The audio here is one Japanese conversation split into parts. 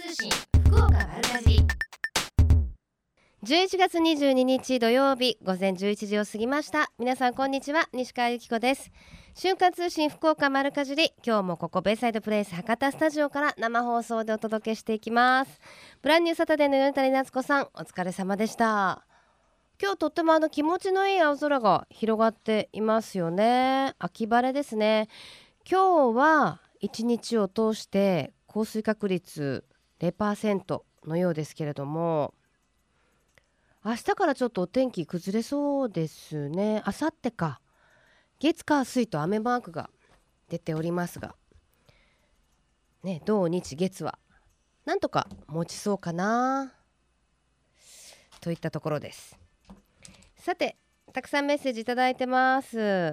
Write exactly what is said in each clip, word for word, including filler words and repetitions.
通信福岡丸かじりじゅういちがつにじゅうににち土曜日午前じゅういちじを過ぎました。皆さんこんにちは、西川由紀子です。瞬間通信福岡丸かじり、今日もここベイサイドプレイス博多スタジオから生放送でお届けしていきます。ブランニューサタデーの米谷夏子さん、お疲れ様でした。今日とってもあの気持ちのいい青空が広がっていますよね。秋晴れですね。今日は一日を通して降水確率 ゼロパーセント のようですけれども、明日からちょっとお天気崩れそうですね。明後日か、月火水と雨マークが出ておりますがね、土日月はなんとか持ちそうかなといったところです。さて、たくさんメッセージいただいてます。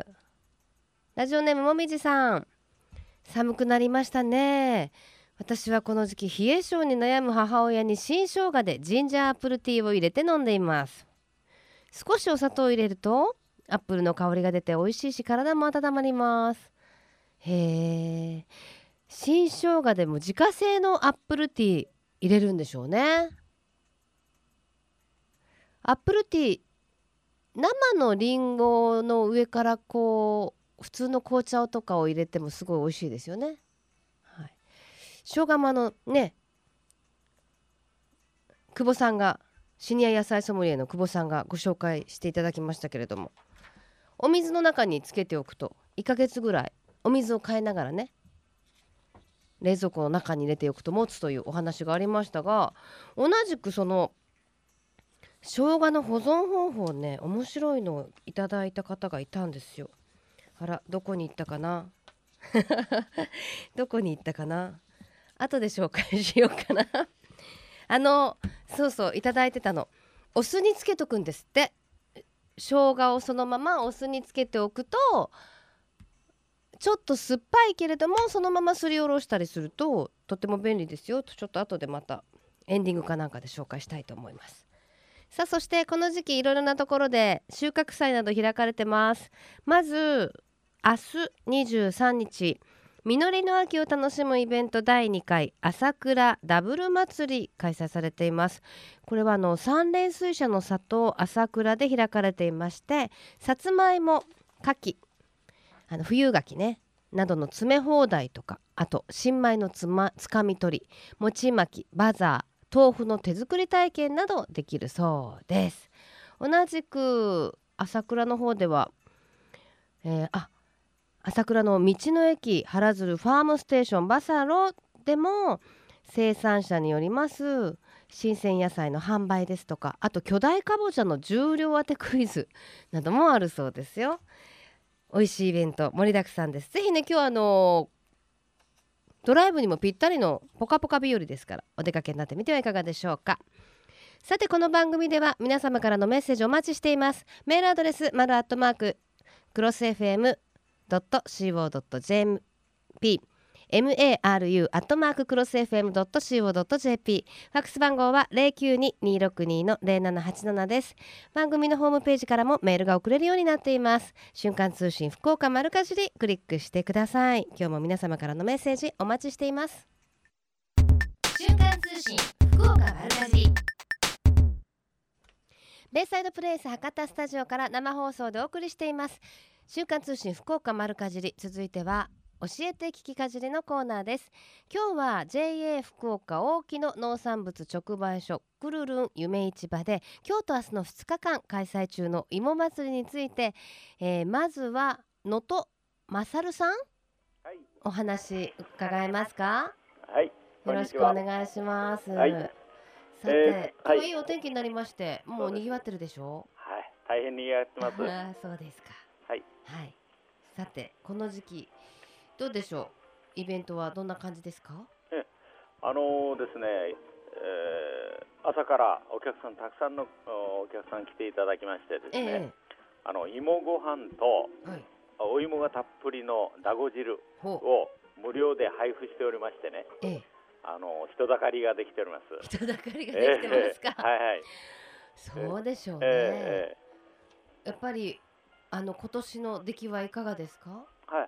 ラジオネームもみじさん、寒くなりましたね。私はこの時期冷え性に悩む母親に新生姜でジンジャーアップルティーを入れて飲んでいます。少しお砂糖を入れるとアップルの香りが出て美味しいし、体も温まります。へえ、新生姜でも自家製のアップルティー入れるんでしょうね。アップルティー、生のリンゴの上からこう普通の紅茶とかを入れてもすごい美味しいですよね。はい、生姜もあのね、久保さんが、シニア野菜ソムリエの久保さんがご紹介していただきましたけれども、お水の中につけておくといっかげつぐらいお水を変えながらね、冷蔵庫の中に入れておくと持つというお話がありましたが、同じくその生姜の保存方法ね、面白いのをいただいた方がいたんですよ。あら、どこに行ったかなどこに行ったかな、後で紹介しようかなあのそうそう、いただいてたの、お酢につけとくんですって。生姜をそのままお酢につけておくと、ちょっと酸っぱいけれどもそのまますりおろしたりするととても便利ですよ。ちょっと後でまたエンディングかなんかで紹介したいと思います。さあ、そしてこの時期いろいろなところで収穫祭など開かれてます。まず明日にじゅうさんにち、実りの秋を楽しむイベントだいにかい朝倉ダブル祭り開催されています。これはあの三連水車の里朝倉で開かれていまして、さつまいも、かき、あの冬柿ねなどの詰め放題とか、あと新米のつまつかみ取り、餅巻き、バザー、豆腐の手作り体験などできるそうです。同じく朝倉の方では、えー、あ朝倉の道の駅原鶴ファームステーションバサロでも生産者によります新鮮野菜の販売ですとか、あと巨大かぼちゃの重量当てクイズなどもあるそうですよ。美味しいイベント盛りだくさんです。ぜひね、今日はあのドライブにもぴったりのポカポカ日和ですから、お出かけになってみてはいかがでしょうか。さて、この番組では皆様からのメッセージお待ちしています。メールアドレスマルアットマーククロス エフエムドットシーオードットジェーピー maru アットマーククロス エフエムドットシーオードットジェーピー、 ファックス番号は ゼロきゅうに にーろくに の ゼロななはちなな です。番組のホームページからもメールが送れるようになっています。瞬間通信福岡丸かじりクリックしてください。今日も皆様からのメッセージお待ちしています。 瞬間通信福岡丸かじり、 ベイサイドプレイス博多スタジオから生放送でお送りしています瞬間通信福岡丸かじり。続いては教えて聞きかじりのコーナーです。今日は ジェイエー 福岡大木の農産物直売所くるるん夢市場で今日と明日のふつかかん開催中の芋祭りについて、えー、まずは能登勝さん、 はい、 お話伺えますか。 はい、 よろしくお願いします。 はい、 さて、 えーはい、 今日いいお天気になりまして、もう賑わってるでしょう。 はい、大変にぎわってます。 あーそうですか。 はい、 はい。さて、この時期どうでしょう。イベントはどんな感じですか。 えあのーですね、えー朝からお客さんたくさんのお客さん来ていただきましてですね、 えあの芋ご飯とえ、はい。 お芋がたっぷりのだご汁ほう。 を無料で配布しておりましてね、 ええ、 あの人だかりができております。 人だかりができてますか。 えーはいはい、 そうでしょうね。 えーえやっぱりあの今年の出来はいかがですか。 ーはい、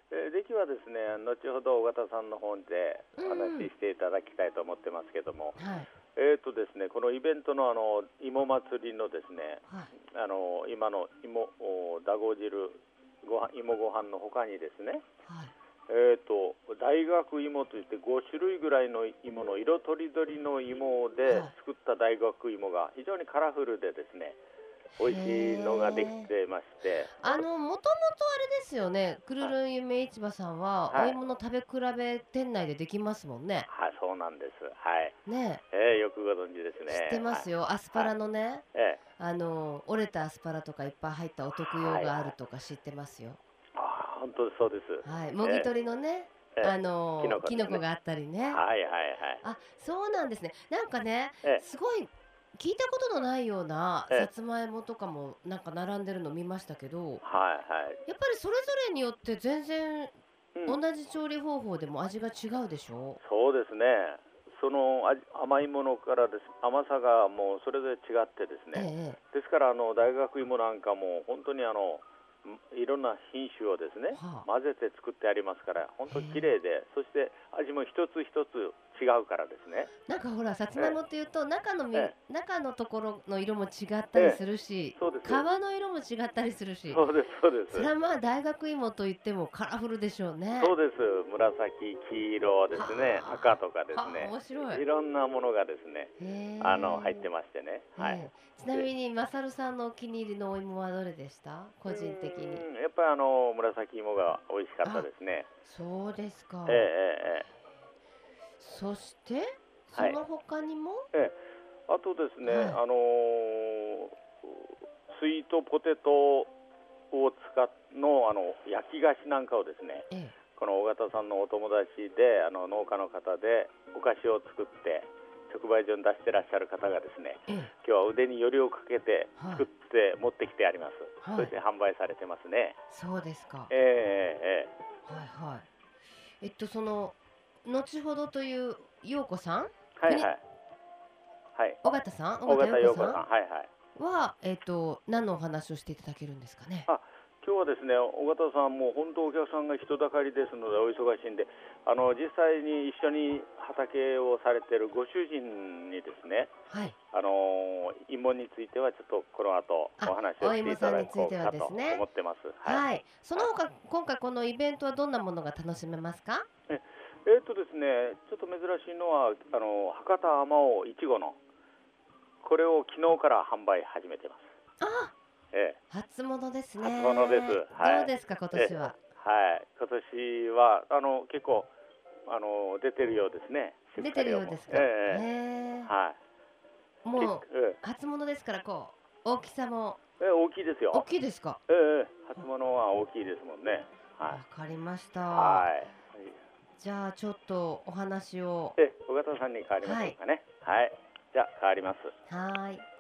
えー出来はですね、後ほど尾形さんの方でお話ししていただきたいと思ってますけども、 はいえーとですね、このイベントのあの芋祭りのですね、 はいあの今の芋おだご汁ご飯芋ご飯の他にですね、 はいえーと大学芋といってご種類ぐらいの芋の色とりどりの芋ではい作った大学芋が非常にカラフルでですね、美味しいのができてまして、 あのもともとあれですよね、くるるん夢市場さんは、 はいお芋の食べ比べ店内でできますもんね。 はい、そうなんです。はい。 ねえーよくご存知ですね。 知ってますよ、アスパラのね、 ええ、 あの折れたアスパラとかいっぱい入ったお得用があるとか知ってますよ。 あー本当そうです。 はい、もぎ取りのね、 ええあのキノコですねキノコがあったりね。 はいはいはい。 あ、そうなんですね。なんかね、 ええすごい聞いたことのないようなええさつまいもとかもなんか並んでるの見ましたけど、 はいはい。 やっぱりそれぞれによって全然うん、 同じ調理方法でも味が違うでしょ。 そうですね。その味甘いものからです甘さがもうそれぞれ違ってですえね。 え、 ですからあの大学芋なんかも本当にあのんいろんな品種をですね、 はあ混ぜて作ってありますから本当綺麗で、そして味も一つ一つ違うからですね。 なんかほらさつまいもっていうと中のみ、 え中のところの色も違ったりするし、 そうです皮の色も違ったりするし、 そうですそうです。 それはまあ大学芋といってもカラフルでしょうね。 そうです。紫、黄色ですね、 はあ赤とかですはあね、 面白い。 いろんなものがですね、 へえあの入ってましてね。はい。 ええちなみにマサルさんのお気に入りのお芋はどれでした？個人的に。 うーんやっぱりあの紫芋が美味しかったですね。 そうですか。 えええええそしてそはいの他にも、 ええあとですね、 はいあのースイートポテトを使っのあの焼き菓子なんかをですね、 ええこの尾形さんのお友達であの農家の方でお菓子を作って直売所に出してらっしゃる方がですね、 ええ今日は腕によりをかけてはい作って持ってきてあります。 はいそして販売されてますね。 そうですか。 ええええはいはい。えっとその後ほどという陽子さん、国はいはいはい。 尾形さん、 尾尾形陽形陽子さん、 子さはいはい。 んはえっと何のお話をしていただけるんですかね。 あ、今日はですね、尾形さんも本当お客さんが人だかりですのでお忙しいんで、あの実際に一緒に畑をされているご主人にですね、 はい。 あの芋についてはちょっとこの後あお話をしていただこうかとお芋さんについてはですね思ってます。 はい、 はい。 その他今回このイベントはどんなものが楽しめますか？ ええーとですね、ちょっと珍しいのはあの博多あまおういちごのこれを昨日から販売始めてます。 あ、 ええ初物ですね。 初物ですはいどうですか今年は？ はい、今年はあの結構あの出てるようですね。 出てるようですか。 ええへえはい。 もうえ初物ですからこう大きさもえええ大きいですよ。 大きいですか？ ええええ初物は大きいですもんね。はわい。 かりました。 はい。 じゃあちょっとお話を。 え、尾形さんに変わりましょうかね。はい。じゃあ変わります。 はーい。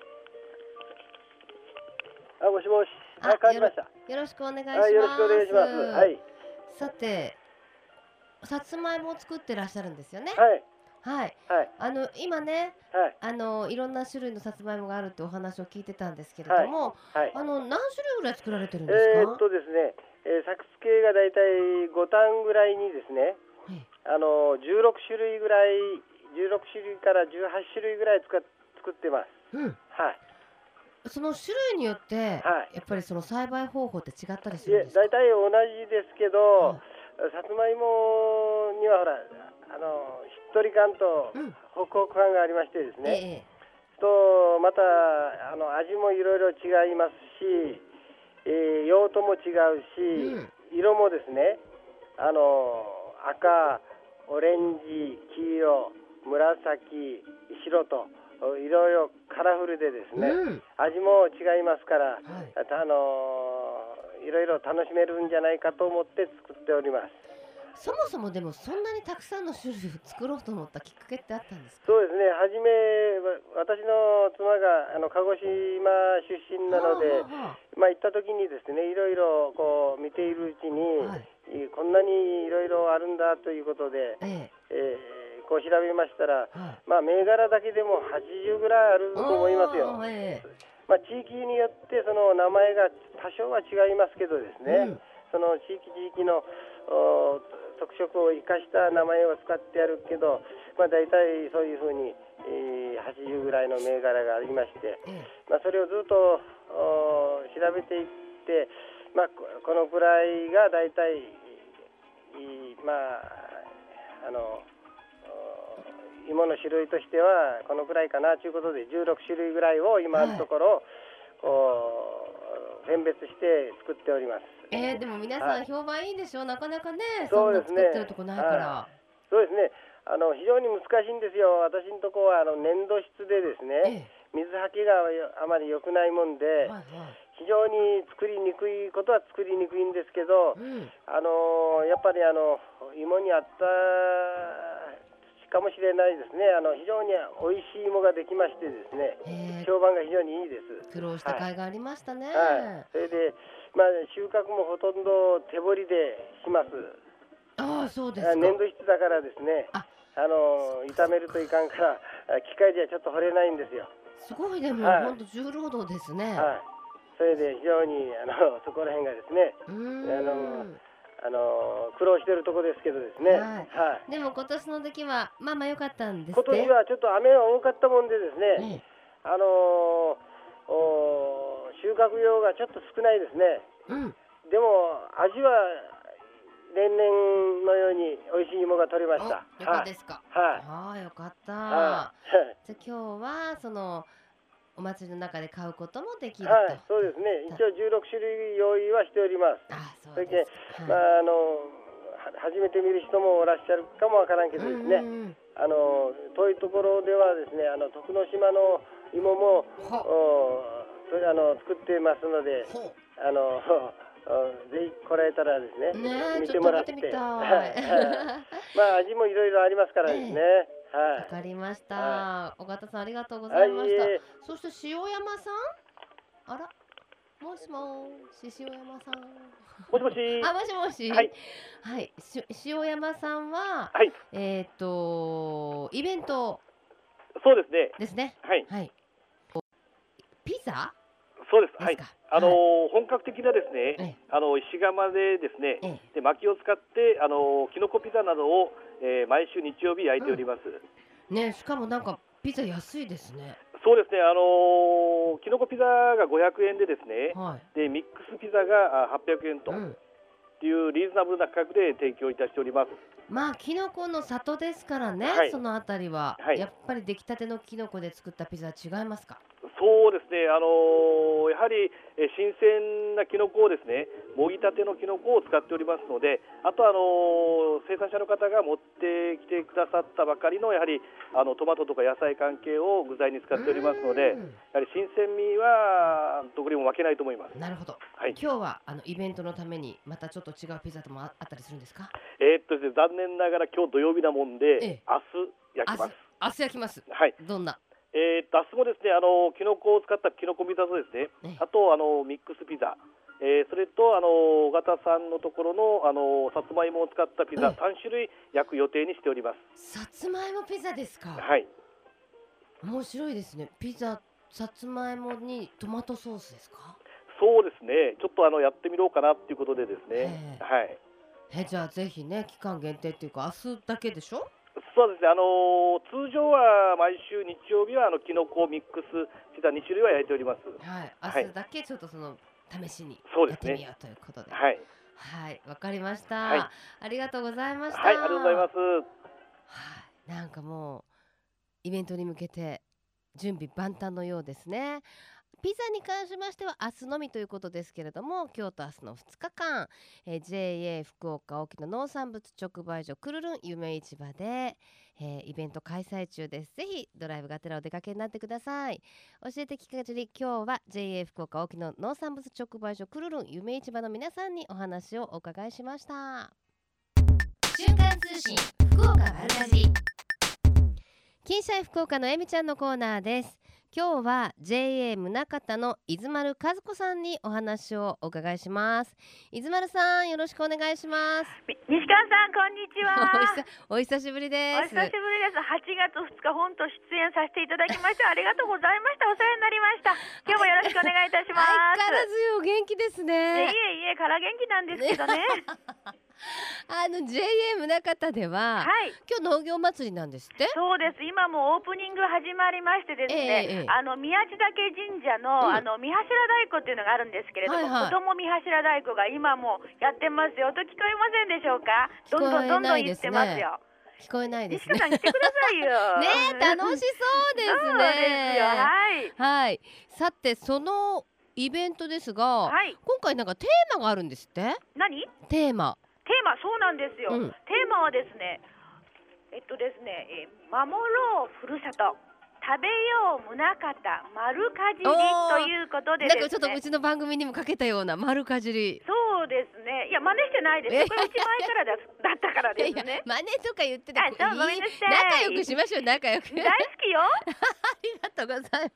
あ、もしもし。 ああ、帰りました。 よろしくお願いします。 はい、よろしくお願いします。はい。 さて、さつまいもを作ってらっしゃるんですよね。 はい。 はい。 はい。 あの今ね、 はい。 あのいろんな種類のさつまいもがあるってお話を聞いてたんですけれども、 はい。 あの何種類ぐらい作られてるんですか？ えーっとですね、えー作付けがだいたいご単ぐらいにですね、 はいあのじゅうろく種類ぐらい、じゅうろく種類からじゅうはち種類ぐらい使っ作ってます。 うん。 はい。 その種類によって、 はいやっぱりその栽培方法って違ったりすいえ、 るんですか？ だいたい同じですけど、 はいさつまいもにはほら、あのしっとり感とうんホクホク感がありましてですね。 ええとまたあの味もいろいろ違いますし、えー用途も違うし、色もですね、あの赤、オレンジ、黄色、紫、白といろいろカラフルでですね、 うん味も違いますから、 はいあのいろいろ楽しめるんじゃないかと思って作っております。 そもそもでもそんなにたくさんの種類を作ろうと思ったきっかけってあったんですか？ そうですね、はじめわ私の妻があの鹿児島出身なので、 はあはあはまあ、行った時にですね、いろいろこう見ているうちに、 はいこんなにいろいろあるんだということで、 あええーこう調べましたら、 えはいまあ、銘柄だけでもはちじゅうぐらいあると思いますよ。 あーええまあ、地域によってその名前が多少は違いますけどですね、 うんその地域地域の特色を生かした名前を使ってやるけど、まあ、大体そういうふうに、えー、はちじゅうぐらいの銘柄がありまして、まあ、それをずっと調べていって、まあ、このくらいが大体、まあ、あの芋の種類としてはこのくらいかなということでじゅうろくしゅるいぐらいを今のところ、はい、選別して作っております。 えー、でも皆さん評判いいでしょ、はい、なかなかねそんな作ってるとこないから。 そうですね、あの非常に難しいんですよ。私のところはあの粘土質でですね、ええ、水はけがあまり良くないもんで、はいはい、非常に作りにくいことは作りにくいんですけど、うん、あのやっぱりあの芋に合ったかもしれないですね。あの非常に美味しい芋ができましてですね、評判が非常にいいです。 苦労した甲斐がありましたね。 はいはい、それで、まあ、収穫もほとんど手掘りでします。 ああ、そうですか。 粘土質だからですね、ああの炒めるといかんから機械ではちょっと掘れないんですよ。 すごい、でも、はい、本当重労働ですね。 はい、それで非常にあのそこら辺がですね、 うーんあのあの苦労しているところですけどですね、はいはい、でも今年の出来はまあまあ良かったんですね。 今年はちょっと雨が多かったもんでですね、ね、あの収穫量がちょっと少ないですね、うん、でも味は年々のように美味しい芋が取れました。 よかったですか。 はい、 ああよかった、 はい、 じゃあ今日はそのお祭りの中で買うこともできると。 はい、そうですね。一応じゅうろくしゅるい用意はしております。 あ、そうそれでで、まああの初めて見る人もおらっしゃるかもわからんけどですね。うんうん、あの遠いところではですね、あの徳之島の芋もおそれあの作ってますので、あのぜひ来られたらですね、 ね見てもらって、 ちょっと見てみたいまあ味もいろいろありますからですね。ええわ、はい、かりました、はい、尾形さんありがとうございました、はい、そして塩山さん、あら、もしもし塩山さん、 もしもし、 あ、もしもし、はい、はい、塩山さんは、はい、えっ、ー、とイベントそうですねですね、 はい、 はい、ピザそうです、はい、あのーはい、本格的なですね、ええ、あの石窯でですね、ええ、で薪を使ってあのきのこピザなどを、えー、毎週日曜日焼いております。 うん、ね、しかもなんかピザ安いですね。 そうですね、あのー、きのこピザがごひゃくえんでですね、はい、でミックスピザがはっぴゃくえんと、うん、っていうリーズナブルな価格で提供いたしております。 まあきのこの里ですからね、はい、そのあたりは、はい、やっぱり出来たてのきのこで作ったピザは違いますか？ そうですね、あのー、やはりえ新鮮なきのこをですね、もぎたてのきのこを使っておりますので、あと、あのー、生産者の方が持ってきてくださったばかりのやはりあのトマトとか野菜関係を具材に使っておりますので、やはり新鮮味はどこにも負けないと思います。 なるほど、はい、今日はあのイベントのためにまたちょっと違うピザとも あ, あったりするんですか？ えー、っとですね、残念ながら今日土曜日なもんで、ええ、明日焼きます。 明日焼きます、 はい、 どんなえー、明日もですね、あのキノコを使ったキノコピザとですね、ええ、あとあのミックスピザ、えー、それとあの尾形さんのところのあのさつまいもを使ったピザ、ええ、さんしゅるい焼く予定にしております。 さつまいもピザですか？ はい。 面白いですね。ピザさつまいもにトマトソースですか？ そうですね、ちょっとあのやってみようかなっていうことでですね、はい。 えじゃあぜひね、期間限定っていうか明日だけでしょ？ そうですね、あのー、通常は毎週日曜日はあのキノコミックスピザにしゅるいは焼いております。 はい、明日だけちょっとその試しにやってみようということで、 はい、 はい、わかりました、 はい、 ありがとうございました。 はい、ありがとうございます。 はい、なんかもうイベントに向けて準備万端のようですね。ピザに関しましては明日のみということですけれども、今日と明日のふつかかん、えー、ジェイエー 福岡沖の農産物直売所くるるん夢市場で、えー、イベント開催中です。ぜひドライブがてらお出かけになってください。教えて聞かずに今日は ジェイエー 福岡沖の農産物直売所くるるん夢市場の皆さんにお話をお伺いしました。 瞬間通信福岡丸かじり、 金シャイ福岡のえみちゃんのコーナーです。 今日は ジェイエー 宗像の伊豆丸和子さんにお話をお伺いします。伊豆丸さん、よろしくお願いします。 み西川さん、こんにちは。 お久しぶりです。 お久しぶりです。はちがつふつか本と出演させていただきましてありがとうございました。お世話になりました。今日もよろしくお願いいたします。 相変わらずお元気ですね。 いえいえ、から元気なんですけどね。 あの ジェイエー 宗像では、 はい、 今日農業祭りなんですって。 そうです。今もオープニング始まりましてですね、えーえー、あの宮地岳神社の、うん、あの三柱太鼓っていうのがあるんですけれども、はいはい、子供三柱太鼓が今もやってますよ。音聞こえませんでしょうか。どんどんどんどん言ってますよ。 聞こえないですね。 西川さん来てくださいよ。 ねえ、楽しそうですね。 そうですよ。はい。 はい。さて、そのイベントですが、はい、今回なんかテーマがあるんですって。 何？ テーマ。 テーマ、そうなんですよ。うん、テーマはですね、えっとですね、えー、守ろうふるさと。食べよう宗像丸かじりということでですね、 なんかちょっとうちの番組にもかけたような丸かじり。 そうですね。いや真似してないです。これうち前からだだったからですね。いや真似とか言ってて、 あ、そう、ごめんなさい。 仲良くしましょう。仲良く。 大好きよ。ありがとうございます。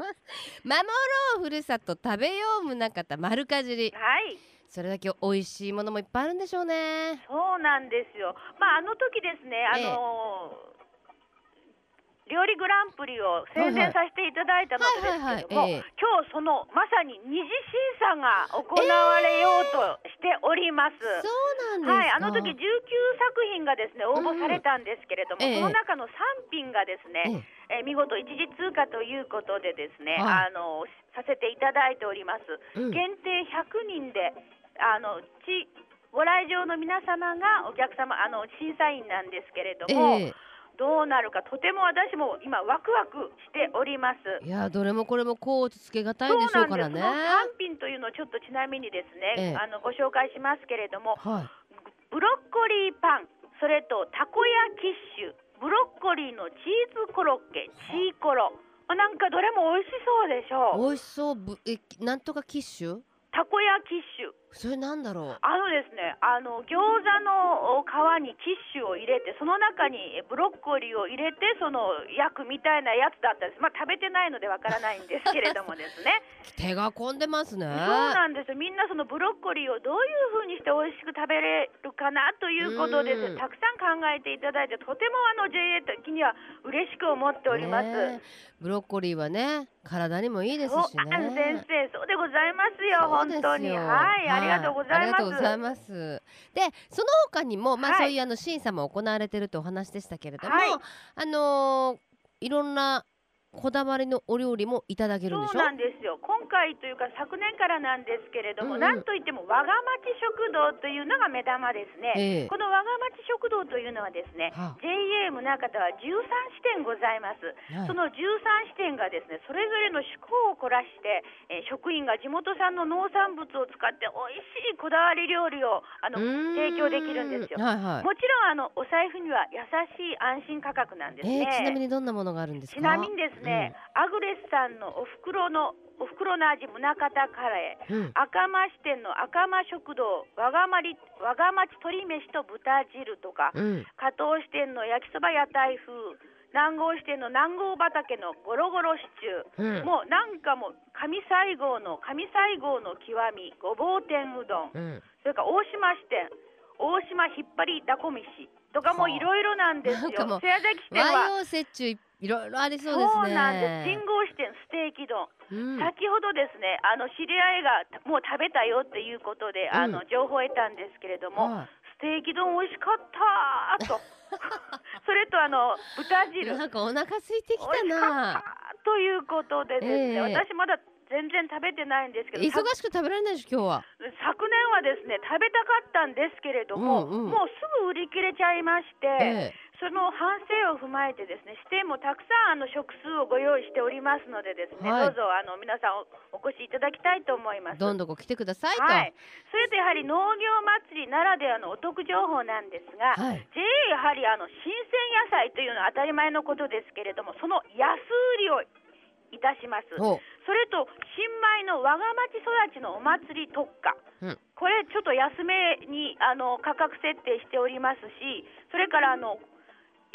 守ろうふるさと食べよう宗像丸かじり。 はい。 それだけ美味しいものもいっぱいあるんでしょうね。 そうなんですよ。まああの時ですね、あのーええ料理グランプリを宣伝させていただいたのですけども、今日そのまさに二次審査が行われようとしております。えー、 そうなんですか。 はい、あの時じゅうきゅうさくひんがですね応募されたんですけれども、うん、その中のさんぴんがですね、えーえー、見事一次通過ということでですね、はい、あのさせていただいております。うん、限定ひゃくにんであのちご来場の皆様がお客様あの審査員なんですけれども。えーどうなるかとても私も今ワクワクしております。 いやどれもこれもこうつけがたいでしょうからね。 そうなんです。そのさんぴんというのをちょっとちなみにですね、ええ、あのご紹介しますけれども、はい、ブロッコリーパン、それとたこ焼きッシュ、ブロッコリーのチーズコロッケ、チーコロ、なんかどれも美味しそうでしょう。 美味しそう。ぶえなんとかキッシュ、 たこ焼きッシュ、 それなんだろう。 あのですね、あの餃子の皮にキッシュを入れて、その中にブロッコリーを入れてその焼くみたいなやつだったんです。まあ食べてないのでわからないんですけれどもですね。 手が込んでますね。そうなんですよ。みんなそのブロッコリーをどういう風にして美味しく食べれるかなということで、ね、たくさん考えていただいて、とてもあの ジェイエー 的には嬉しく思っております。ね、 ブロッコリーはね体にもいいですしね。 先生、そうでございますよ。本当に、はい、ありがとうございます。 ありがとうございます。で、その他にも、まあ、はい、そういうあの審査も行われているとお話でしたけれども、はい、あのー、いろんなこだわりのお料理もいただけるんでしょ。 そうなんですよ。今回というか昨年からなんですけれども、うんうん、なんといってもわが町食堂というのが目玉ですね。えー、このわが町食堂というのはですね、はあ、ジェイエー 宗像はじゅうさんしてんございます。はい、そのじゅうさんしてんがですね、それぞれの趣向を凝らして、えー、職員が地元産の農産物を使って美味しいこだわり料理をあの提供できるんですよ。はいはい、もちろんあのお財布には優しい安心価格なんですね。 えー、ちなみにどんなものがあるんですか。 ちなみにですね、ね、うん、アグレスさんのお袋のお袋の味宗像カレー、うん、赤間支店の赤間食堂わがまりわが町鶏飯と豚汁とか、うん、加藤支店の焼きそば屋台風、南郷支店の南郷畑のゴロゴロシチュー、うん、もうなんかもう上西郷の上西郷の極みごぼう天うどん、うん、それから大島支店大島引っ張りだこ飯とかもいろいろなんですよ。 艶崎支店は和洋折衷いろいろありそうですね。 そうなんです。神号支店ステーキ丼、うん、先ほどですねあの知り合いがもう食べたよっていうことで、うん、あの情報を得たんですけれども、はい、ステーキ丼美味しかったとそれとあの豚汁なんかお腹空いてきたな美味しかったということでですね、えー、私まだ全然食べてないんですけど、 忙しく食べられないでしょ今日は。 昨年はですね食べたかったんですけれども、うんうん、もうすぐ売り切れちゃいまして、えーその反省を踏まえてですね、支店もたくさんあの食数をご用意しておりますのでですね、はい、どうぞあの皆さん お, お越しいただきたいと思います。 どんどん来てくださいと。 はい、それとやはり農業祭りならではのお得情報なんですが、はい、ジェイエー やはりあの新鮮野菜というのは当たり前のことですけれども、その安売りをいたします。それと新米のわが町育ちのお祭り特価、うん、これちょっと安めにあの価格設定しておりますし、それからあのえ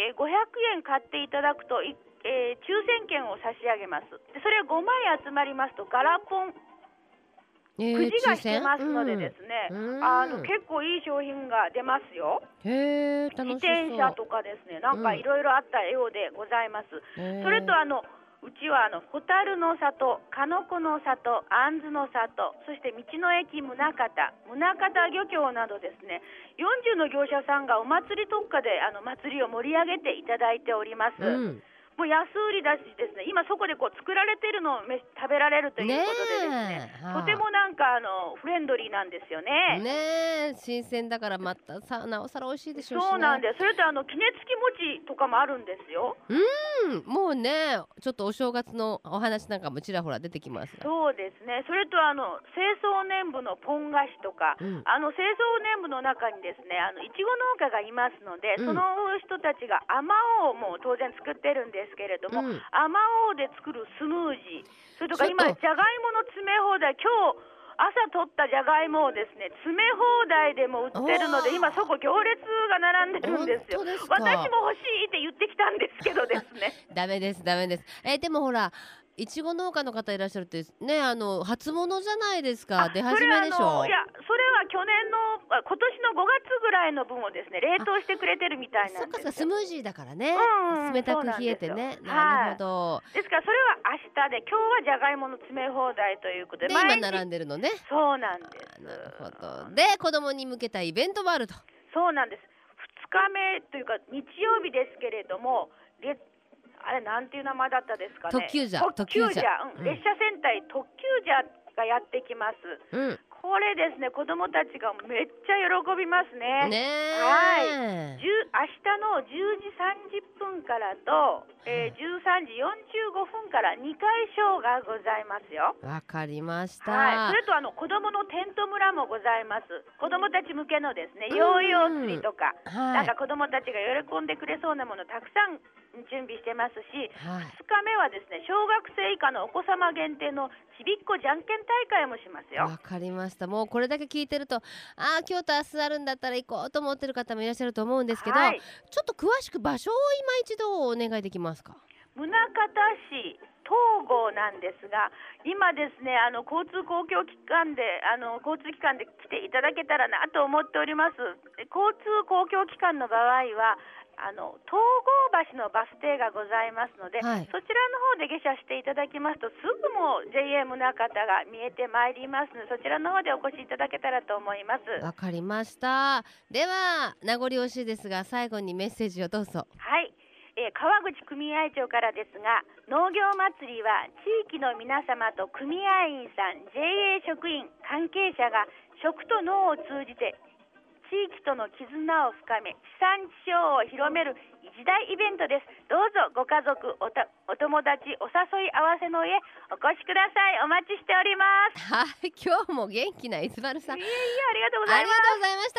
えー、ごひゃくえん買っていただくと、えー、抽選券を差し上げます。でそれごまい集まりますとガラポンくじがしてますのでですね、えーうん、あの結構いい商品が出ますよ。 へー、楽しそう。 自転車とかですね、なんかいろいろあったようでございます。うん、それとあのうちはあの蛍の里、かのこの里、あんずの里、そして道の駅宗像、宗像漁協などですね、よんじゅうの業者さんがお祭り特価であの祭りを盛り上げていただいております。うん、もう安売りだしですね、今そこでこう作られているのを食べられるということでですね、とてもなんかあのフレンドリーなんですよね。 ねえ、新鮮だからまたさなおさら美味しいでしょうしね。 そうなんです。それとあの杵つき餅とかもあるんですよ。 うん、もうね、ちょっとお正月のお話なんかもちらほら出てきます。 そうですね。それとあの清掃年部のポン菓子とか、うん、あの清掃年部の中にですね、あのいちご農家がいますので、うん、その人たちがあまおうも当然作ってるんですけれども、あまおうで作るスムージー、それとか今じゃがいもの詰め放題、今日朝取ったじゃがいもをですね詰め放題でも売ってるので、今そこ行列が並んでるんですよ。私も欲しいって言ってきたんですけどですねダメですダメです。えー、でもほらいちご農家の方いらっしゃるってね、あの初物じゃないですか。出始めでしょ。 いや、それは去年の今年のごがつぐらいの分をですね冷凍してくれてるみたいなんですよ。 そっか、スムージーだからね、うんうん、冷たく冷えてね。なるほど、 はい、ですからそれは明日で、今日はじゃがいもの詰め放題ということで、 で今並んでるのね。 そうなんです。 なるほど。で子供に向けたイベントもあると。 そうなんです。ふつかめというか日曜日ですけれども、レあれなんていう名前だったですかね。 特急じゃ特急じゃ、うん、列車戦隊特急じゃがやってきます。うん、これですね、子供たちがめっちゃ喜びますね。 ねはい。明日のじゅうじさんじゅっぷんからと、えー、じゅうさんじよんじゅうごふんからにかいショーがございますよ。 わかりました。 はい。それとあの子供のテント村もございます。子供たち向けのですね、ヨーヨー釣りとか、はい、なんか子供たちが喜んでくれそうなものたくさん準備してますし、はい、ふつかめはですね、小学生以下のお子様限定のちびっこじゃんけん大会もしますよ。 わかりました。もうこれだけ聞いてると、ああ今日と明日あるんだったら行こうと思ってる方もいらっしゃると思うんですけど、はい、ちょっと詳しく場所を今一度お願いできますか。 宗像市東郷なんですが、今ですね、あの交通公共機関であの交通機関で来ていただけたらなと思っております。交通公共機関の場合はあの東郷橋のバス停がございますので、はい、そちらの方で下車していただきますとすぐも ジェイエー 宗像が見えてまいりますので、そちらの方でお越しいただけたらと思います。 わかりました。では名残惜しいですが最後にメッセージをどうぞ。 はい、えー、川口組合長からですが、農業祭りは地域の皆様と組合員さん、 ジェイエー 職員関係者が食と農を通じて地域との絆を深め、地産地消を広める一大イベントです。どうぞご家族 お, たお友達お誘い合わせの上お越しください。お待ちしております。 はい、今日も元気な伊豆丸さん、 いえいえ、ありがとうございます。 ありがとうございました。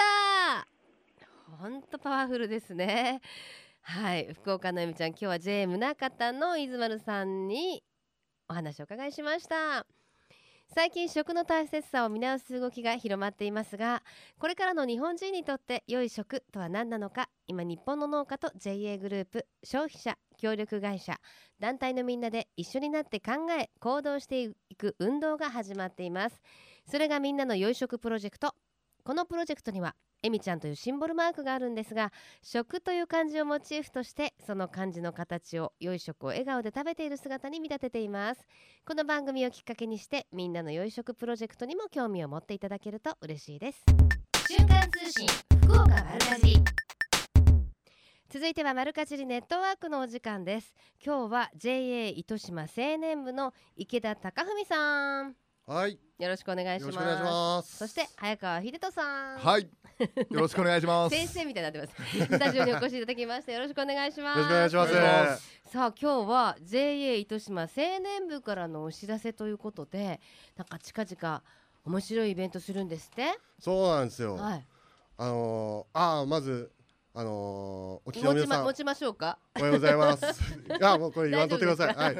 本当パワフルですね。はい、福岡のえみちゃん、今日は ジェイエー 宗像の伊豆丸さんにお話をお伺いしました。最近食の大切さを見直す動きが広まっていますが、これからの日本人にとって良い食とは何なのか、今日本の農家と ジェイエー グループ、消費者、協力会社、団体のみんなで一緒になって考え行動していく運動が始まっています。それがみんなの良い食プロジェクト。このプロジェクトにはえみちゃんというシンボルマークがあるんですが、食という漢字をモチーフとしてその漢字の形を良い食を笑顔で食べている姿に見立てています。この番組をきっかけにしてみんなの良い食プロジェクトにも興味を持っていただけると嬉しいです。 瞬間通信福岡丸かじり。 続いては丸かじりネットワークのお時間です。今日は ジェイエー 糸島青年部の池田貴文さん、 はい、 よろしくお願いします。 よろしくお願いします。 そして早川秀人さん、 はい、よろしくお願いします。 先生みたいになってますスタジオにお越しいただきましてよろしくお願いします。 よろしくお願いします。 さあ今日は ジェイエー 糸島青年部からのお知らせということで、なんか近々面白いイベントするんですって。 そうなんですよ、 はい、 あのー、あまずあのー、お聞きの皆さん持ちましょうか。 おはようございますいやもうこれ言わんとってくださいはい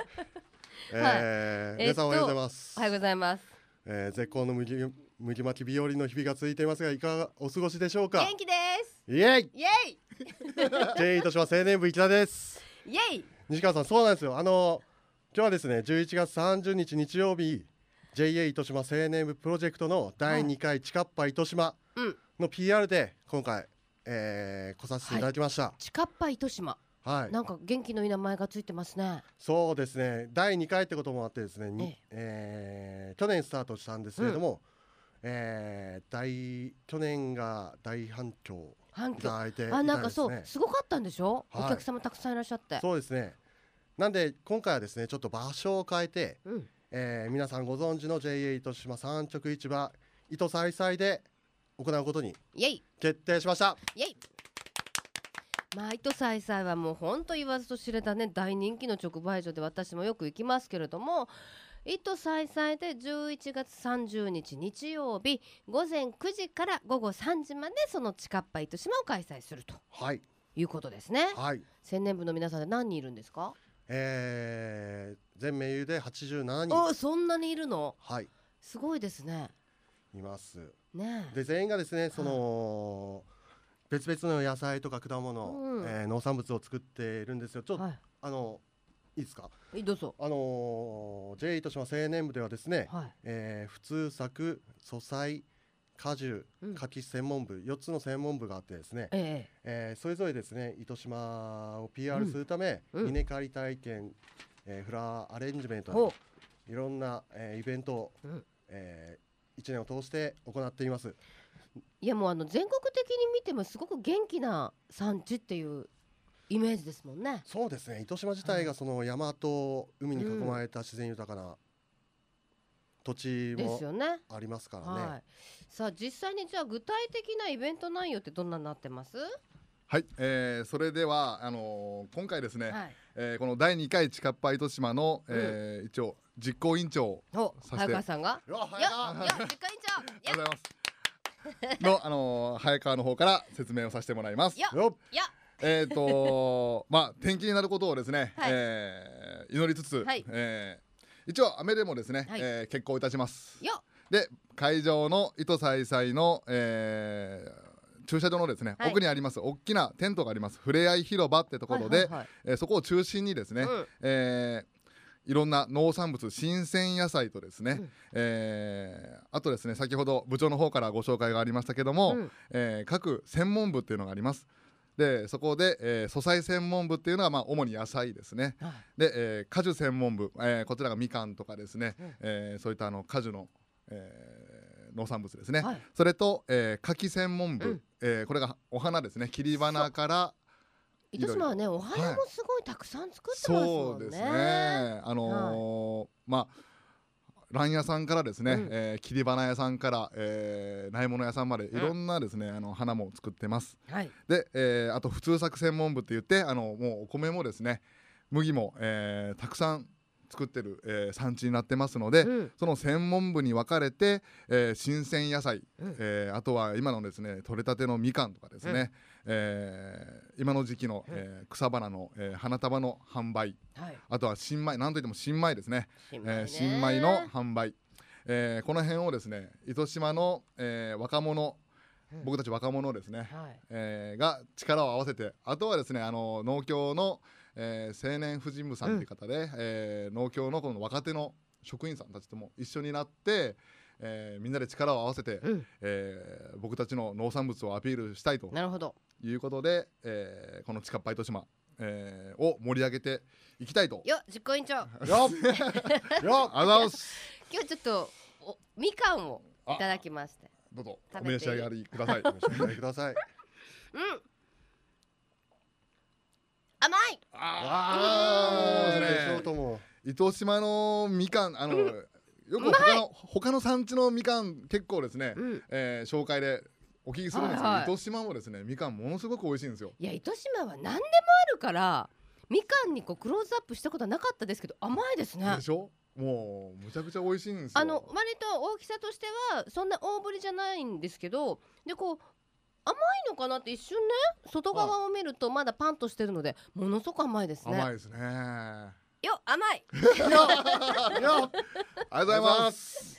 えー、皆さんおはようございます。 おはようございます。 えー、絶好の麦麦巻き日和の日々が続いていますが、いかがお過ごしでしょうか。 元気です。 イエイイエイジェイエー 糸島青年部池田です。 イエイ。 西川さん、そうなんですよ。あの今日はですねじゅういちがつさんじゅうにち日曜日 ジェイエー 糸島青年部プロジェクトのだいにかいちかっぱ糸島の ピーアール で今回、えー、来させていただきました、はい、 ちかっぱ糸島、 はい、 なんか元気のいい名前がついてますね。 そうですね、だいにかいってこともあってですね、えええー、去年スタートしたんですけれども、うんえー、大去年が大反響いただいていたですね。 あ、なんかそうすごかったんでしょ、はい、お客様たくさんいらっしゃって。 そうですね、なんで今回はですねちょっと場所を変えて、うんえー、皆さんご存知の ジェイエー 糸島産直市場糸さいさいで行うことに決定しました。 イエイ。まあ、糸さいさいはもう本当言わずと知れたね大人気の直売所で私もよく行きますけれども、糸さいさいでじゅういちがつさんじゅうにち日曜日ごぜんくじからごごさんじまでそのちかっぱ糸島を開催すると、はい、いうことですね。はい、青年部の皆さんで何人いるんですか？ えー、全名優ではちじゅうななにん。 お、そんなにいるの？ はい、 すごいですね。 います、 ね、 で全員がですねその、はい、別々の野菜とか果物、うんえー、農産物を作っているんですよ。ちょっと、はい、あのいいですか？ どうぞ。 あのー、ジェイエー 糸島青年部ではですね、はいえー、普通作、素菜、果樹、柿専門部、よっつの専門部があってですね、えええー、それぞれですね糸島を ピーアール するため、うん、稲刈り体験、えー、フラワーアレンジメントなどいろんな、えー、イベントを、うんえー、いちねんを通して行っています。 いやもうあの全国的に見てもすごく元気な産地っていうイメージですもんね。 そうですね、糸島自体がその山と海に囲まれた自然豊かな土地もありますからね、はい、 さあ実際にじゃあ具体的なイベント内容ってどんなになってます？ はい、えー、それではあのー、今回ですね、はいえー、このだいにかいちかっぱ糸島の、えーうん、一応実行委員長をさせて早川さんがよっ早川実行委員長ありがとうございますの、あのー、早川の方から説明をさせてもらいます。 よっよっえーとまあ天気になることをですね、はいえー、祈りつつ、はいえー、一応雨でもですね、はいえー、決行いたします。よで会場の糸さいさいの、えー、駐車場のですね、はい、奥にあります大きなテントがありますふれあい広場ってところで、はいはいはいえー、そこを中心にですね、うんえー、いろんな農産物新鮮野菜とですね、うんえー、あとですね先ほど部長の方からご紹介がありましたけども、うんえー、各専門部っていうのがあります。でそこで、えー、素菜専門部っていうのは、まあ、主に野菜ですね、はいでえー、果樹専門部、えー、こちらがみかんとかですね、うんえー、そういったあの果樹の、えー、農産物ですね、はい、それと、えー、柿専門部、うんえー、これがお花ですね切り花から糸島はねお花もすごいたくさん作ってますもんね、はい、そうですねあのーはい、まあ蘭屋さんからですね、うんえー、切り花屋さんから、えー、苗物屋さんまでいろんなですね、うん、あの花も作ってます、はい、で、えー、あと普通作専門部って言ってあのもうお米もですね麦も、えー、たくさん作ってる、えー、産地になってますので、うん、その専門部に分かれて、えー、新鮮野菜、うんえー、あとは今のですね取れたてのみかんとかですね、うんえー、今の時期の、うんえー、草花の、えー、花束の販売、はい、あとは新米なんといっても新米ですね新米ね、えー、新米の販売、えー、この辺をですね糸島の、えー、若者うん、僕たち若者ですね、はいえー、が力を合わせてあとはですねあの農協の、えー、青年婦人部さんという方で、うんえー、農協のこの若手の職員さんたちとも一緒になって、えー、みんなで力を合わせて、うんえー、僕たちの農産物をアピールしたいということで、えー、このちかっぱ糸島、えー、を盛り上げていきたいと。 よっ実行委員長よっよっありがとうございます。 今日ちょっとおみかんをいただきましてどうぞお召し上がりください。 お召し上がりください。 うん甘いああ、ね、糸島のみかんあの、うん、よく他の他の産地のみかん結構ですね、うんえー、紹介でお聞きするんですけど、はいはい、糸島もですねみかんものすごく美味しいんですよ。 いや糸島は何でもあるからみかんにこうクローズアップしたことはなかったですけど甘いですね。 でしょもうむちゃくちゃ美味しいんですよ。 あの割と大きさとしてはそんな大ぶりじゃないんですけどでこう甘いのかなって一瞬ね外側を見るとまだパンとしてるのでものすごく甘いですね。 甘いですね。 よ甘いよよありがとうございます。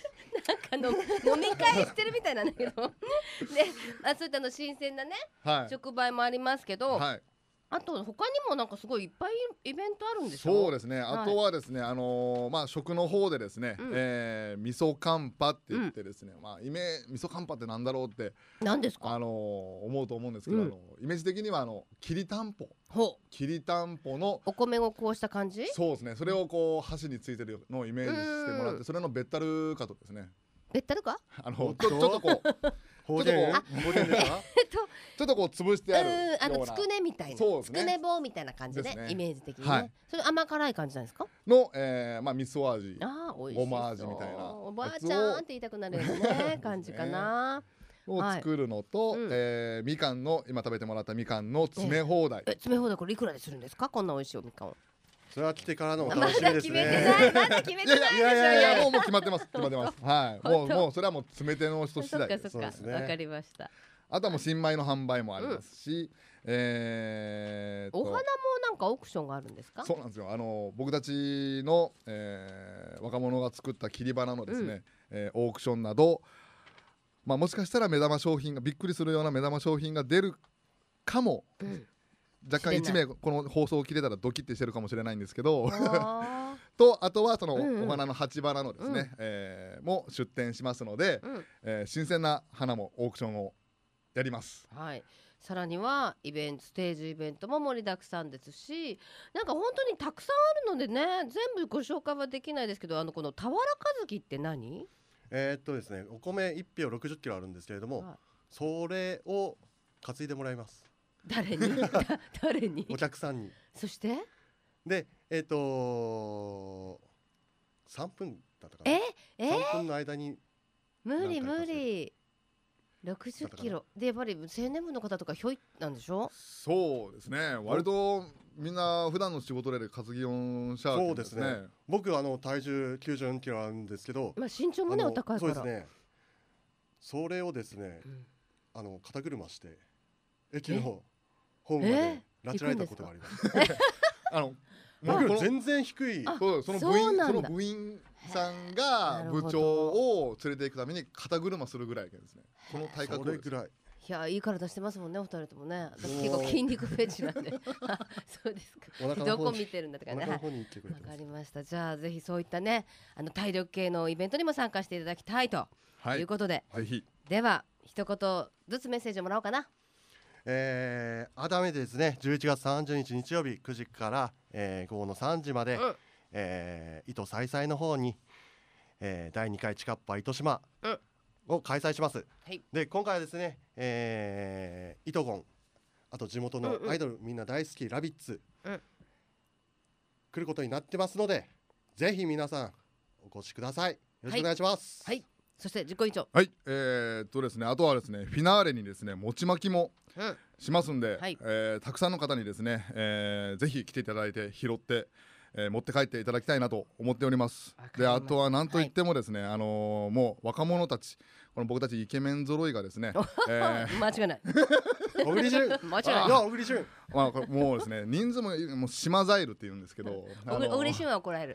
なんかの飲み会してるみたいなんだけどで、あ、そういったの新鮮なね、はい、直売もありますけど、はい、あと他にもなんかすごいいっぱいイベントあるんでしょ。 そうですね、あとはですね、はい、あのー、まあ食の方でですね、うん、えー、味噌カンパって言ってですね、うん、まあイメ味噌カンパってなんだろうって何ですか、 あのー、思うと思うんですけど、うん、あのイメージ的にはあのきりたんぽきりたんぽのお米をこうした感じ。 そうですね、それをこう箸についてるのをイメージしてもらって、それのベッタルカとですね、 ベッタルか、 あのちょちょっとこうちょっとこうちょっとこう潰してあるような、あのつくねみたいな、 そうですね、 つくね棒みたいな感じで、ね、イメージ的にね、はい、それ甘辛い感じなんですかの、えー、まあ味噌味、 あ、おいしそう、ごま味みたいな、 おばあちゃんって言いたくなるよね感じかなを作るのと、はい、えー、みかんの今食べてもらったみかんの詰め放題、 ええ、詰め放題これいくらでするんですか、こんな美味しいおみかんを。 それは来てからのお楽しみですね。 まだ決めてない、まだ決めてないでしょ。いやいやいや、もうもう決まってます、決まってます。はい、もうもうそれはもう詰めての人次第です。 そうですね。わかりました。 あとはもう新米の販売もありますし、うん、えー、 お花もなんかオークションがあるんですか。 そうなんですよ。あの僕たちの、えー、若者が作った切り花のですね、うん、えー、オークションなど、まあもしかしたら目玉商品がびっくりするような目玉商品が出るかも。うん、若干いち名この放送を聞いてたらドキッてしてるかもしれないんですけどと、あとはそのお花の鉢花のですね、うん、えー、も出店しますので、うん、えー、新鮮な花もオークションをやります。 はい、さらにはイベント、ステージイベントも盛りだくさんですし、なんか本当にたくさんあるのでね、全部ご紹介はできないですけど、あのこの俵かずきって何？ えー、っとですね、お米いっぴょうろくじゅっキロあるんですけれども、はい、それを担いでもらいます。 誰に誰にお客さんに。 そしてで、えっ、ー、とさんぷんだったかな、 ええさんぷんの間に無理無理、ろくじゅっキロでやっぱり青年部の方とかひょいなんでしょ。 そうですね、割とみんな普段の仕事で担ぎ音シャークですね。そうですね、 僕あの体重きゅうじゅうよんキロあるんですけど、 まあ、身長もねお高いから、 そうですね、それをですね、うん、あの肩車して駅のホームまで拉致られたことがあります。あの僕全然低い、 そうその部員その部員さんが部長を連れて行くために肩車するぐらいですね。この体格ぐらい。 いや、いい体してますもんね、お二人ともね。私結構筋肉フェチなんで。そうですか。どこ見てるんだとかね。わかりました。じゃあぜひそういったね、あの体力系のイベントにも参加していただきたいということで、 はいはい、 では一言ずつメッセージをもらおうかな。 えー、改めてですね、じゅういちがつさんじゅうにち日曜日くじから、えー、午後のさんじまで、うん、えー、糸さいさいの方に、えー、だいにかいちかっぱ糸島を開催します、はい、で今回はですね、えー、糸ゴン、あと地元のアイドル、うんうん、みんな大好きラビッツ、うん、来ることになってますので、ぜひ皆さんお越しください。よろしくお願いします。 はい、はい、そして実行委員長、 はい、えー、っとですね、あとはですね、フィナーレにですね、餅巻きもしますんで、うん、はい、えー、たくさんの方にですね、えー、ぜひ来ていただいて拾って、えー、持って帰っていただきたいなと思っております。で、あとは何といってもですね、はい、あのー、もう若者たち、この僕たちイケメン揃いがですね、 えー、間違いない小栗旬、 間違いない、 小栗旬、 まあ、もうですね、人数ももう島ザイルって言うんですけど、 小栗旬は怒られる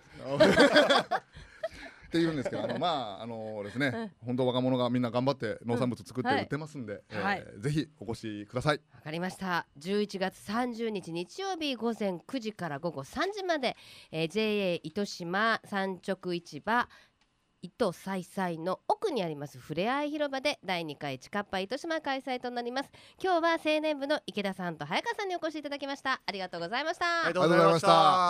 って言うんですけど、あのまああのですね、本当若者がみんな頑張って農産物作って売ってますんで、うん、はい、えー、ぜひお越しください。 わかりました。じゅういちがつさんじゅうにち日曜日ごぜんくじからごごさんじまで、えー、ジェーエー 糸島産直市場糸さいさいの奥にありますふれあい広場でだいにかいちかっぱ糸島開催となります。今日は青年部の池田さんと早川さんにお越しいただきました。ありがとうございました。 ありがとうございました。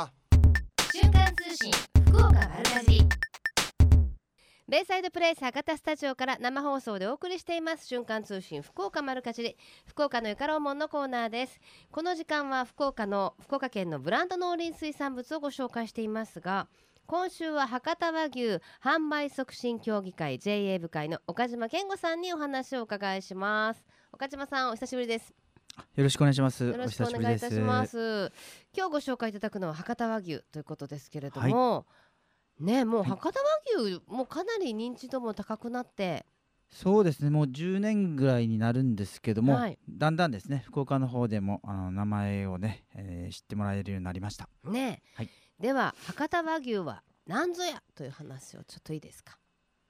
瞬間通信福岡丸かじり、 ベイサイドプレイス博多スタジオから生放送でお送りしています瞬間通信福岡丸かじり、福岡のゆかろうもんのコーナーです。この時間は福岡の福岡県のブランド農林水産物をご紹介していますが、今週は博多和牛販売促進協議会 ジェーエー 部会の岡島健吾さんにお話をお伺いします。岡島さん、お久しぶりです。 よろしくお願いします。 よろしくお願いいたします。今日ご紹介いただくのは博多和牛ということですけれども、はい、ね、もう博多和牛もうかなり認知度も高くなって、 そうですね、もうじゅうねんぐらいになるんですけども、はい、だんだんですね、福岡の方でもあの名前をね、えー、知ってもらえるようになりましたね。はい、では博多和牛は何ぞやという話をちょっといいですか。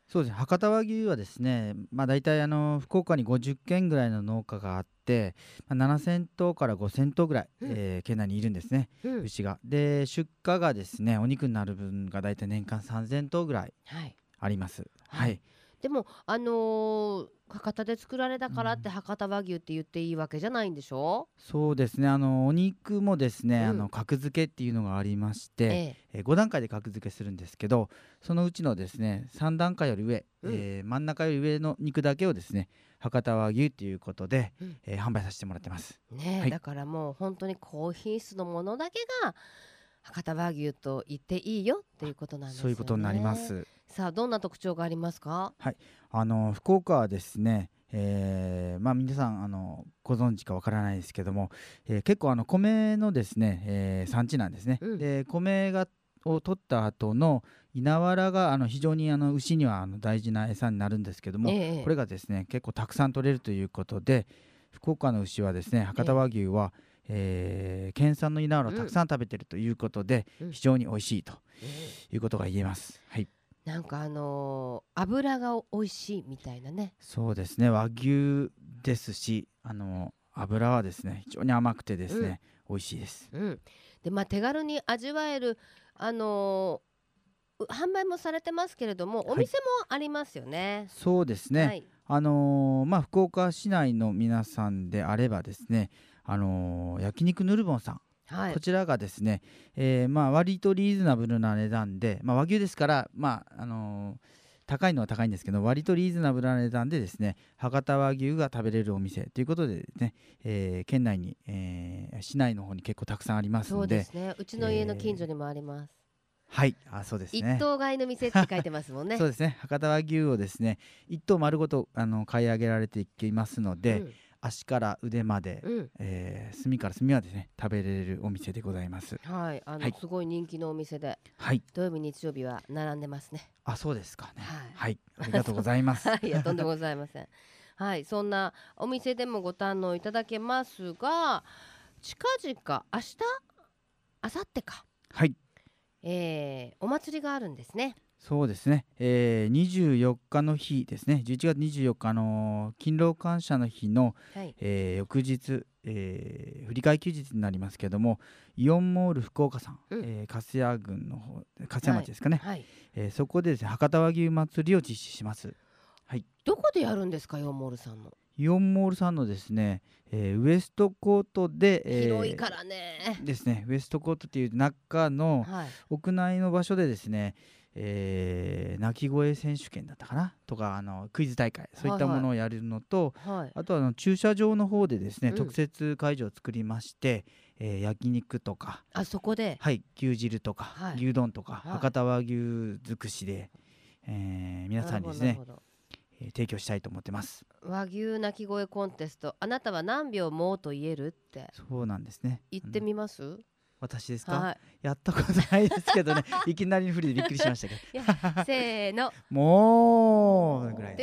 そうですね、博多和牛はですね、まあ、大体あの福岡にごじゅっけんぐらいの農家があって、まあ、ななせんとうからごせんとうぐらい、うんえー、県内にいるんですね、うん、牛が。で出荷がですねお肉になる分が大体年間さんぜんとうぐらいあります。はい、はいでもあのー、博多で作られたからって博多和牛って言っていいわけじゃないんでしょ。 うん、そうですね、あのお肉もですね、うん、あの格付けっていうのがありまして、えええー、ごだんかいで格付けするんですけど、そのうちのですねさんだんかいより上、うんえー、真ん中より上の肉だけをですね博多和牛ということで、うんえー、販売させてもらってます、 ねはい、だからもう本当に高品質のものだけが博多和牛と言っていいよっていうことなんですよね。 そういうことになります。 さあどんな特徴がありますか。 はい、あの福岡はですね、えーまあ、皆さんあのご存知かわからないですけども、えー、結構あの米のですね、えー、産地なんですね、うん、で米がを取った後の稲わらがあの非常にあの牛にはあの大事な餌になるんですけども、えー、これがですね結構たくさん取れるということで、福岡の牛はですね博多和牛は、えーえー、県産の稲わらをたくさん食べているということで、うん、非常に美味しいということが言えます。はい、 なんかあのー、油が美味しいみたいなね。 そうですね、和牛ですし、あのー、油はですね非常に甘くてですね、うん、美味しいです、 うんでまあ、手軽に味わえる、あのー、販売もされてますけれども、はい、お店もありますよね。 そうですね、はい、あのーまあ、福岡市内の皆さんであればですね、あのー、焼肉ヌルボンさん、はい、こちらがですね、えーまあ、割とリーズナブルな値段で、まあ、和牛ですから、まああのー、高いのは高いんですけど、割とリーズナブルな値段でですね博多和牛が食べれるお店ということでね、えー、県内に、えー、市内の方に結構たくさんありますので。 そうですね、うちの家の近所にもあります、 えー、はいあそうですね、 一頭買いの店って書いてますもんね。 そうですね、博多和牛をですね一頭丸ごとあの買い上げられていきますので、うん足から腕まで、うんえー、隅から隅までね食べれるお店でございます。 はい、あの、はい、すごい人気のお店で、はい、土曜日日曜日は並んでますね。 あ、そうですかね。はい、はい、ありがとうございます。 いやとんでもございません。はい、そんなお店でもご堪能いただけますが、近々明日、明後日か、 はい、 えー、お祭りがあるんですね。 そうですね、えー、にじゅうよっかの日ですね、じゅういちがつにじゅうよっかの勤労感謝の日の、はいえー、翌日、えー、振り替え休日になりますけども、イオンモール福岡さん、うんえー、粕谷郡の方粕谷町ですかね、はいはいえー、そこでですね博多和牛祭りを実施します。はい、 どこでやるんですか、イオンモールさんの。 イオンモールさんのですね、えー、ウエストコートで、 えー、広いからねですね、ウエストコートっていう中の屋内の場所でですね、えー、鳴き声選手権だったかなとか、あのクイズ大会、そういったものをやるのと、はいはい、あとはあの駐車場の方でですね、うん、特設会場を作りまして、えー、焼肉とか、 あそこで、 はい、牛汁とか、はい、牛丼とか、はい、博多和牛尽くしで、えー、皆さんにですね、えー、提供したいと思ってます。 和牛鳴き声コンテスト、あなたは何秒もと言えるって。 そうなんですね。 言ってみます？ 私ですか、はい、やったことないですけどねいきなりの振りでびっくりしましたけどせーのもうぐらい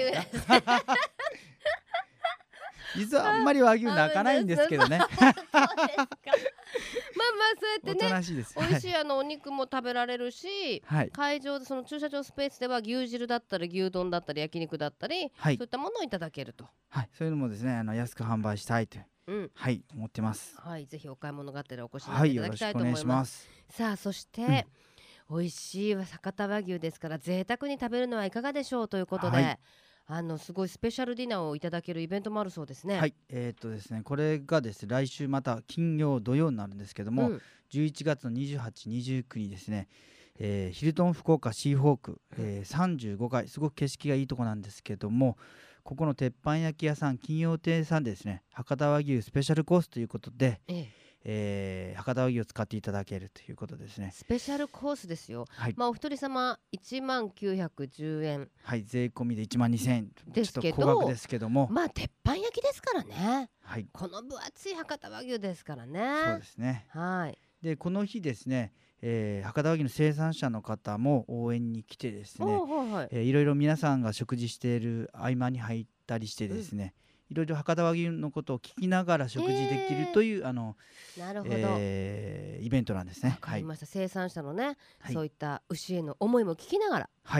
実はあんまり和牛泣かないんですけどねそうですかまあまあそうやってね、おとなしいです。美味しいあのお肉も食べられるし、はい、会場でその駐車場スペースでは牛汁だったり牛丼だったり焼肉だったり、はい、そういったものをいただけると、 はい、そういうのもですねあの安く販売したいといううん、はい思ってます。 はい、ぜひお買い物があったらお越しになっていただきたいと思います。はい、よろしくお願いします。さあそして、うん、美味しい博多和牛ですから贅沢に食べるのはいかがでしょうということで、はい、あのすごいスペシャルディナーをいただけるイベントもあるそうですね。 はい、えー、っとですねこれがですね来週また金曜土曜になるんですけども、うん、じゅういちがつのにじゅうはち、にじゅうくにですね、えー、ヒルトン福岡シーホーク、えー、さんじゅうごかい、すごく景色がいいとこなんですけども、ここの鉄板焼き屋さん金曜亭さんでですね博多和牛スペシャルコースということで、えええー、博多和牛を使っていただけるということですね。 スペシャルコースですよ、はい、まあ、お一人様いちまんきゅうひゃくじゅうえん、 はい、税込みでいちまんにせんえんですけど、ちょっと高額ですけども、 まあ鉄板焼きですからね、はい、この分厚い博多和牛ですからね。 そうですね、 はい、 でこの日ですね、えー、博多和牛の生産者の方も応援に来てですね、はいはいえー、いろいろ皆さんが食事している合間に入ったりしてですね、うん、いろいろ博多和牛のことを聞きながら食事できるという、えー、あのなるほど、 えー、イベントなんですね。 わかりました、はい、生産者のね、はい、そういった牛への思いも聞きながら、はい、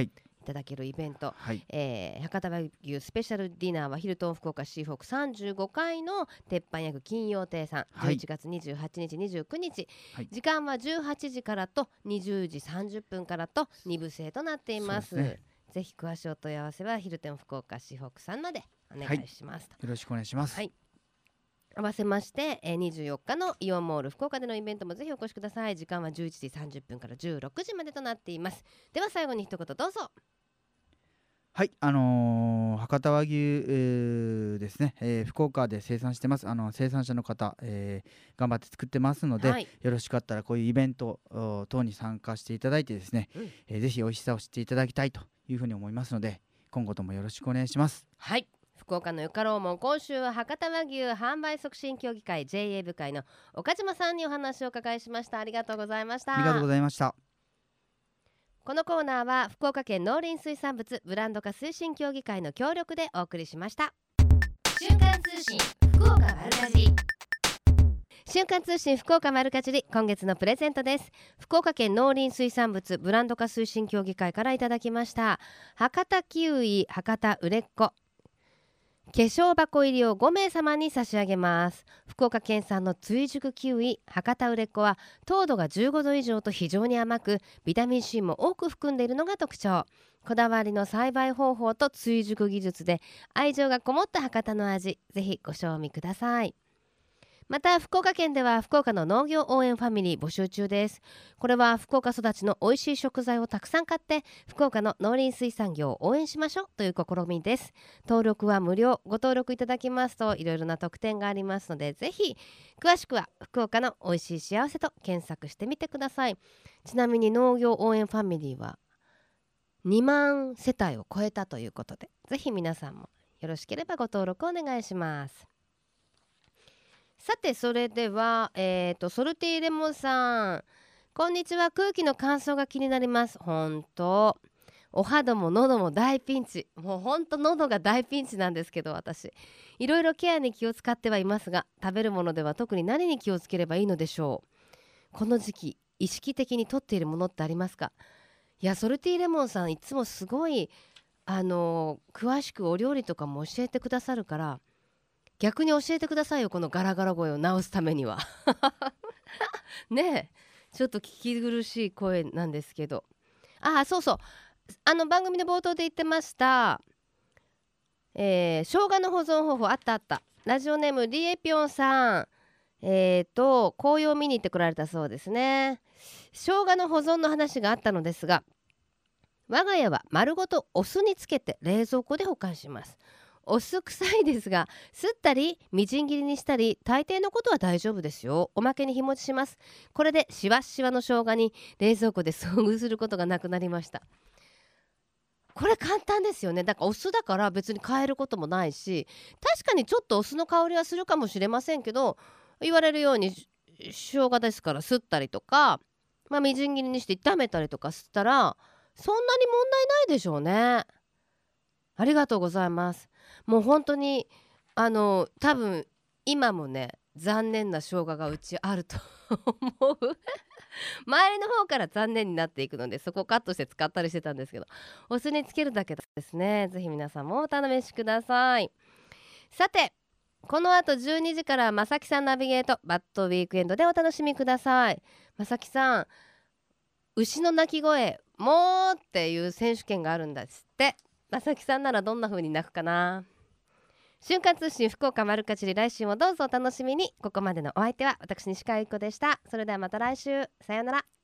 いただけるイベント、 はい、 えー、博多和牛スペシャルディナーはヒルトン福岡シーフォークさんじゅうごかいの鉄板焼き金曜亭さん、はい、じゅういちがつにじゅうはちにちにじゅうくにち、はい、時間はじゅうはちじからとにじゅうじさんじゅっぷんからとにぶ制となっています。ぜひ詳しいお問い合わせはヒルトン福岡シーフォークさんまでお願いします、 はい、よろしくお願いします。 はい、合わせまして、えー、にじゅうよっかのイオンモール福岡でのイベントもぜひお越しください。時間はじゅういちじさんじゅっぷんからじゅうろくじまでとなっています。では最後に一言どうぞ。 はい、あのー、博多和牛、えー、ですね、えー、福岡で生産してます。あの生産者の方、えー、頑張って作ってますので、はい、よろしかったらこういうイベント等に参加していただいてですね、うん、えー、ぜひ美味しさを知っていただきたいというふうに思いますので、今後ともよろしくお願いします。 はい、福岡のよかろうもん、今週は博多和牛販売促進協議会 ジェーエー 部会の岡島さんにお話をお伺いしました。ありがとうございました。 ありがとうございました。 このコーナーは福岡県農林水産物ブランド化推進協議会の協力でお送りしました。 瞬間通信福岡丸かじり。 瞬間通信福岡丸かじり、今月のプレゼントです。福岡県農林水産物ブランド化推進協議会からいただきました博多キウイ博多売れっ子化粧箱入りをごめい様に差し上げます。福岡県産の追熟キウイ博多売れっ子は糖度がじゅうごど以上と非常に甘く、ビタミン C も多く含んでいるのが特徴。こだわりの栽培方法と追熟技術で愛情がこもった博多の味、ぜひご賞味ください。また福岡県では福岡の農業応援ファミリー募集中です。これは福岡育ちの美味しい食材をたくさん買って福岡の農林水産業を応援しましょうという試みです。登録は無料。ご登録いただきますといろいろな特典がありますので、ぜひ詳しくは福岡の美味しい幸せと検索してみてください。ちなみに農業応援ファミリーはにまん世帯を超えたということで、ぜひ皆さんもよろしければご登録お願いします。さてそれでは、えーと、ソルティーレモンさん、こんにちは。空気の乾燥が気になります。本当お肌も喉も大ピンチ。もう本当喉が大ピンチなんですけど、私いろいろケアに気を使ってはいますが、食べるものでは特に何に気をつければいいのでしょう。この時期意識的にとっているものってありますか？いや、ソルティーレモンさんいつもすごいあの詳しくお料理とかも教えてくださるから、逆に教えてくださいよ、このガラガラ声を直すためにはねえ、ちょっと聞き苦しい声なんですけど、ああそうそう、あの番組の冒頭で言ってました、えー、生姜の保存方法あったあった。ラジオネームリエピョンさん、えーと紅葉を見に行ってこられたそうですね。生姜の保存の話があったのですが、我が家は丸ごとお酢につけて冷蔵庫で保管します。お酢臭いですが、すったりみじん切りにしたり大抵のことは大丈夫ですよ。おまけに日持ちします。これでしわしわの生姜に冷蔵庫で遭遇することがなくなりました。これ簡単ですよね。だからお酢だから別に変えることもないし、確かにちょっとお酢の香りはするかもしれませんけど、言われるように生姜ですからすったりとか、まあ、みじん切りにして炒めたりとかしたらそんなに問題ないでしょうね。ありがとうございます。もう本当にあの多分今もね、残念な生姜がうちあると思う周りの方から残念になっていくので、そこカットして使ったりしてたんですけど、お酢につけるだけですね。ぜひ皆さんもお試しください。さてこの後じゅうにじからまさきさんナビゲートバッドウィークエンドでお楽しみください。まさきさん、牛の鳴き声もうっていう選手権があるんですって。まさきさんならどんな風に鳴くかな。瞬間通信福岡丸かじり、来週もどうぞお楽しみに。ここまでのお相手は私西川由紀子でした。それではまた来週、さようなら。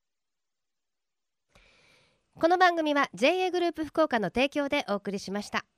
この番組は ジェーエー グループ福岡の提供でお送りしました。